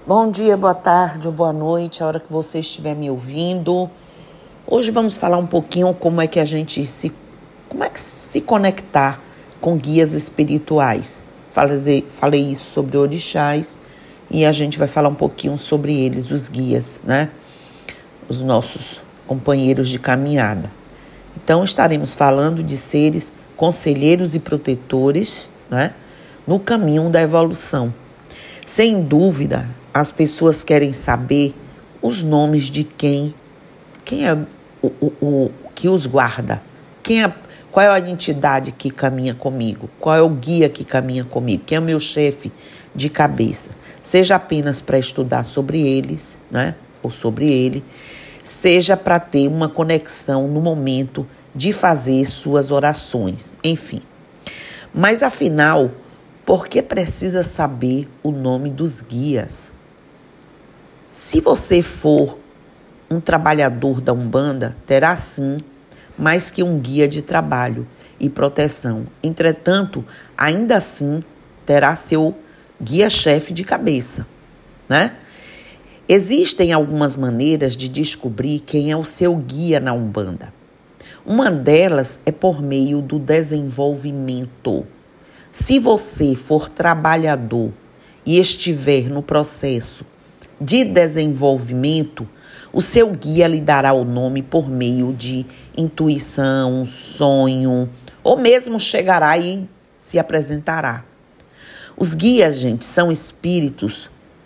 Bom dia, boa tarde ou boa noite, a hora que você estiver me ouvindo. Hoje vamos falar um pouquinho como é que se conectar com guias espirituais. Falei isso sobre orixás e a gente vai falar um pouquinho sobre eles, os guias, né? Os nossos companheiros de caminhada. Então estaremos falando de seres conselheiros e protetores, né? No caminho da evolução. Sem dúvida, as pessoas querem saber os nomes de quem é o que os guarda, qual é a entidade que caminha comigo, qual é o guia que caminha comigo, quem é o meu chefe de cabeça, seja apenas para estudar sobre eles, né, ou sobre ele, seja para ter uma conexão no momento de fazer suas orações, enfim. Mas afinal, por que precisa saber o nome dos guias? Se você for um trabalhador da Umbanda, terá sim mais que um guia de trabalho e proteção. Entretanto, ainda assim, terá seu guia-chefe de cabeça, né? Existem algumas maneiras de descobrir quem é o seu guia na Umbanda. Uma delas é por meio do desenvolvimento. Se você for trabalhador e estiver no processo de desenvolvimento, o seu guia lhe dará o nome por meio de intuição, sonho, ou mesmo chegará e se apresentará. Os guias, gente, são espíritos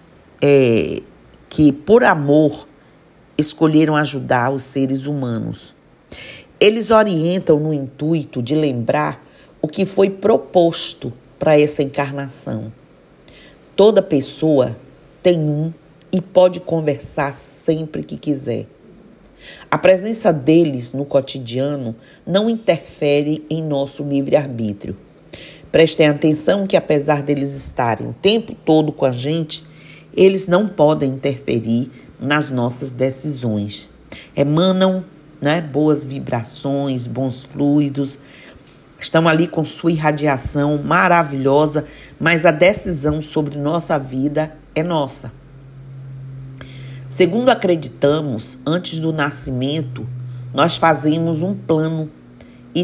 que, por amor, escolheram ajudar os seres humanos. Eles orientam no intuito de lembrar o que foi proposto para essa encarnação. Toda pessoa tem um e pode conversar sempre que quiser. A presença deles no cotidiano não interfere em nosso livre-arbítrio. Prestem atenção que, apesar deles estarem o tempo todo com a gente, eles não podem interferir nas nossas decisões. Emanam, né, boas vibrações, bons fluidos, estão ali com sua irradiação maravilhosa, mas a decisão sobre nossa vida é nossa. Segundo acreditamos, antes do nascimento, nós fazemos um plano e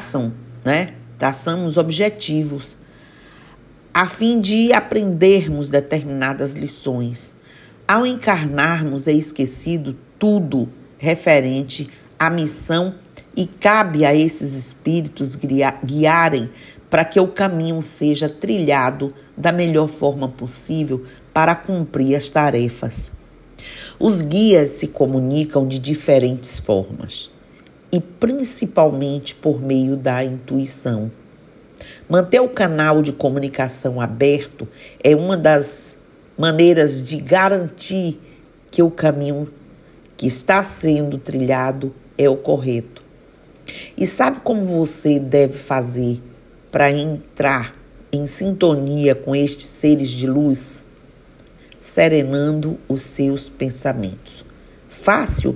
traçamos objetivos a fim de aprendermos determinadas lições. Ao encarnarmos, é esquecido tudo referente à missão e cabe a esses espíritos guiarem para que o caminho seja trilhado da melhor forma possível para cumprir as tarefas. Os guias se comunicam de diferentes formas e principalmente por meio da intuição. Manter o canal de comunicação aberto é uma das maneiras de garantir que o caminho que está sendo trilhado é o correto. E sabe como você deve fazer para entrar em sintonia com estes seres de luz? Serenando os seus pensamentos. Fácil?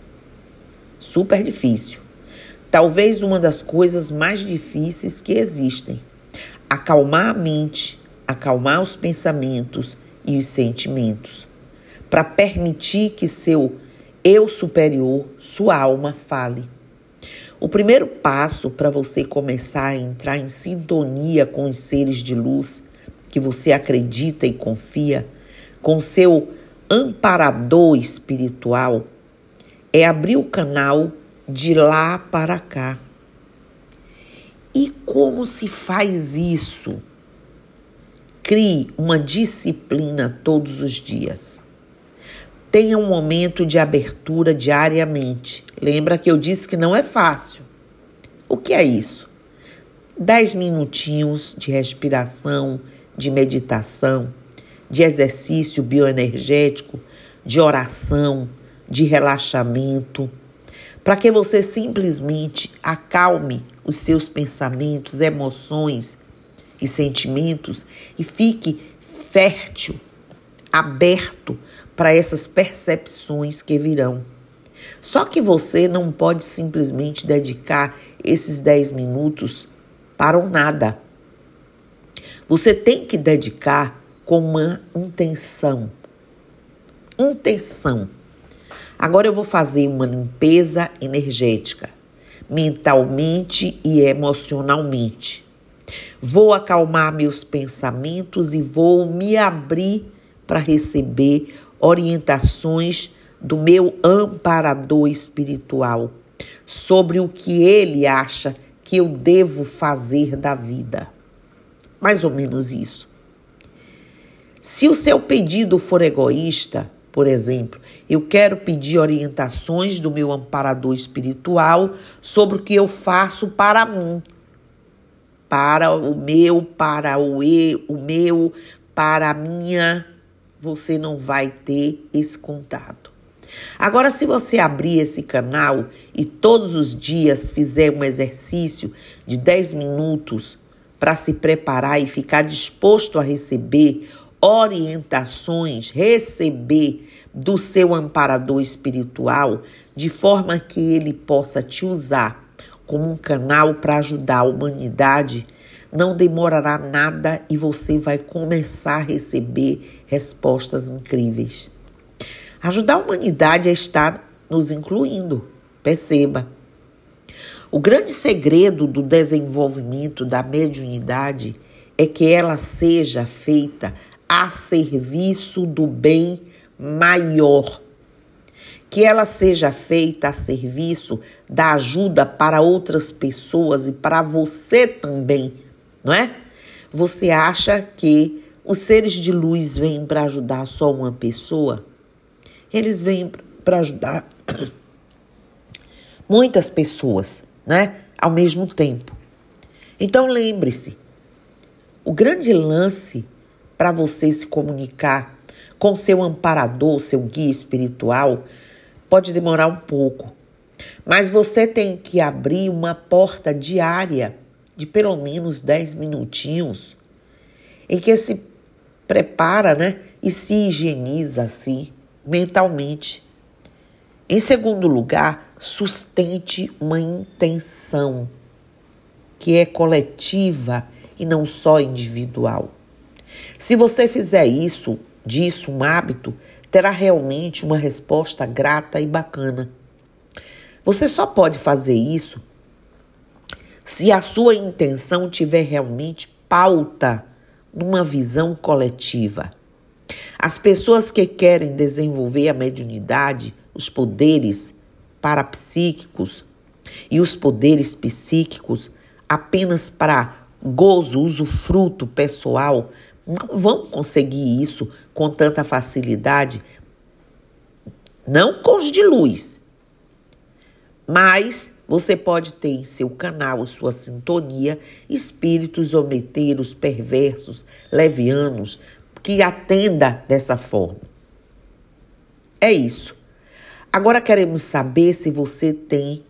Super difícil. Talvez uma das coisas mais difíceis que existem. Acalmar a mente, acalmar os pensamentos e os sentimentos, para permitir que seu eu superior, sua alma, fale. O primeiro passo para você começar a entrar em sintonia com os seres de luz que você acredita e confia, com seu amparador espiritual, é abrir o canal de lá para cá. E como se faz isso? Crie uma disciplina todos os dias. Tenha um momento de abertura diariamente. Lembra que eu disse que não é fácil. O que é isso? 10 minutinhos de respiração, de meditação, de exercício bioenergético, de oração, de relaxamento, para que você simplesmente acalme os seus pensamentos, emoções e sentimentos e fique fértil, aberto para essas percepções que virão. Só que você não pode simplesmente dedicar esses 10 minutos para o nada. Você tem que dedicar com uma intenção, intenção. Agora eu vou fazer uma limpeza energética, mentalmente e emocionalmente. Vou acalmar meus pensamentos e vou me abrir para receber orientações do meu amparador espiritual sobre o que ele acha que eu devo fazer da vida. Mais ou menos isso. Se o seu pedido for egoísta, por exemplo, eu quero pedir orientações do meu amparador espiritual sobre o que eu faço para mim, para o meu, para para a minha. Você não vai ter esse contato. Agora, se você abrir esse canal e todos os dias fizer um exercício de 10 minutos para se preparar e ficar disposto a receber orientações, receber do seu amparador espiritual, de forma que ele possa te usar como um canal para ajudar a humanidade, não demorará nada e você vai começar a receber respostas incríveis. Ajudar a humanidade é estar nos incluindo, perceba. O grande segredo do desenvolvimento da mediunidade é que ela seja feita a serviço do bem maior. Que ela seja feita a serviço da ajuda para outras pessoas e para você também, não é? Você acha que os seres de luz vêm para ajudar só uma pessoa? Eles vêm para ajudar muitas pessoas, né? Ao mesmo tempo. Então lembre-se, o grande lance para você se comunicar com seu amparador, seu guia espiritual, pode demorar um pouco. Mas você tem que abrir uma porta diária de pelo menos 10 minutinhos em que se prepara, né? E se higieniza assim, mentalmente. Em segundo lugar, sustente uma intenção que é coletiva e não só individual. Se você fizer disso um hábito, terá realmente uma resposta grata e bacana. Você só pode fazer isso se a sua intenção tiver realmente pauta numa visão coletiva. As pessoas que querem desenvolver a mediunidade, os poderes parapsíquicos e os poderes psíquicos apenas para gozo, usufruto pessoal, não vão conseguir isso com tanta facilidade, não com os de luz. Mas você pode ter em seu canal, sua sintonia, espíritos hometeiros, perversos, levianos, que atenda dessa forma. É isso. Agora queremos saber se você tem,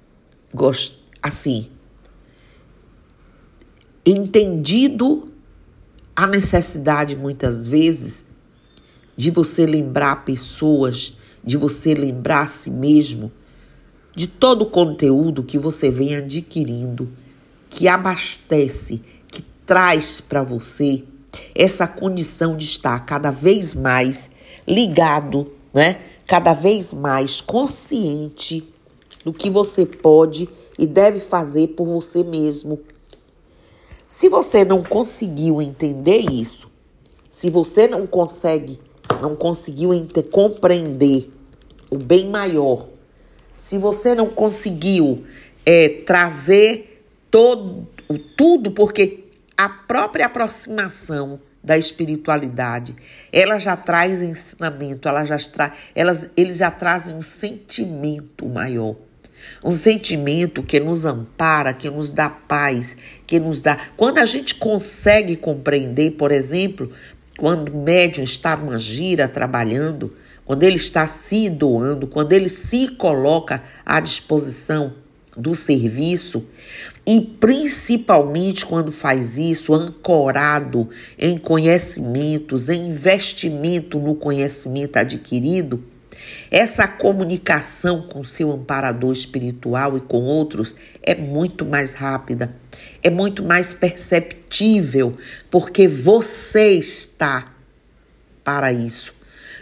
entendido a necessidade, muitas vezes, de você lembrar pessoas, de você lembrar a si mesmo, de todo o conteúdo que você vem adquirindo, que abastece, que traz para você essa condição de estar cada vez mais ligado, né? Cada vez mais consciente do que você pode e deve fazer por você mesmo. Se você não conseguiu entender isso, se você não conseguiu compreender o bem maior, se você não conseguiu trazer tudo, porque a própria aproximação da espiritualidade, ela já traz ensinamento, eles já trazem um sentimento maior. Um sentimento que nos ampara, que nos dá paz, que nos dá... Quando a gente consegue compreender, por exemplo, quando o médium está numa gira trabalhando, quando ele está se doando, quando ele se coloca à disposição do serviço, e principalmente quando faz isso ancorado em conhecimentos, em investimento no conhecimento adquirido, essa comunicação com seu amparador espiritual e com outros é muito mais rápida, é muito mais perceptível, porque você está para isso.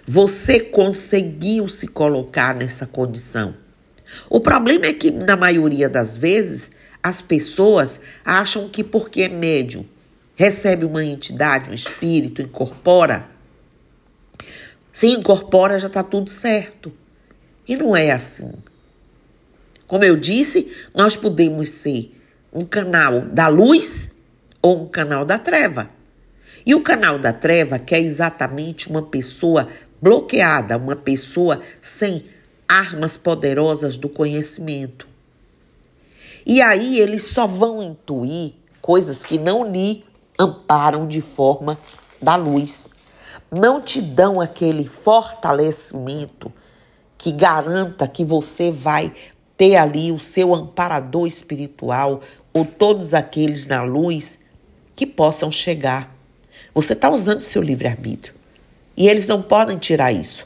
Você conseguiu se colocar nessa condição. O problema é que, na maioria das vezes, as pessoas acham que porque é médium, recebe uma entidade, um espírito, incorpora, se incorpora já está tudo certo. E não é assim. Como eu disse, nós podemos ser um canal da luz ou um canal da treva. E o canal da treva quer exatamente uma pessoa bloqueada, uma pessoa sem armas poderosas do conhecimento. E aí eles só vão intuir coisas que não lhe amparam de forma da luz. Não te dão aquele fortalecimento que garanta que você vai ter ali o seu amparador espiritual ou todos aqueles na luz que possam chegar. Você está usando seu livre-arbítrio e eles não podem tirar isso.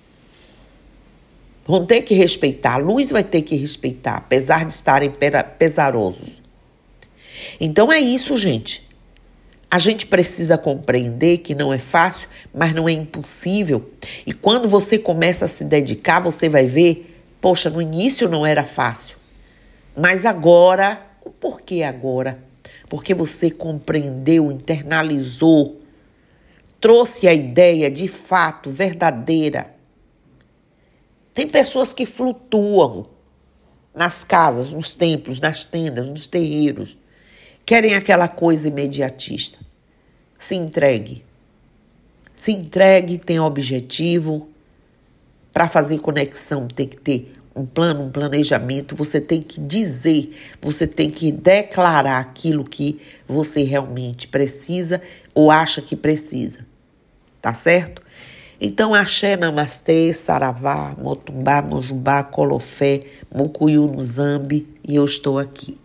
Vão ter que respeitar, a luz vai ter que respeitar, apesar de estarem pesarosos. Então é isso, gente. A gente precisa compreender que não é fácil, mas não é impossível. E quando você começa a se dedicar, você vai ver, poxa, no início não era fácil. Mas agora, por que agora? Porque você compreendeu, internalizou, trouxe a ideia de fato, verdadeira. Tem pessoas que flutuam nas casas, nos templos, nas tendas, nos terreiros. Querem aquela coisa imediatista. Se entregue. Se entregue, tenha objetivo. Para fazer conexão tem que ter um plano, um planejamento. Você tem que dizer, você tem que declarar aquilo que você realmente precisa ou acha que precisa. Tá certo? Então, axé, namastê, saravá, motumbá, mojubá, colofé, mucuyu no zambi e eu estou aqui.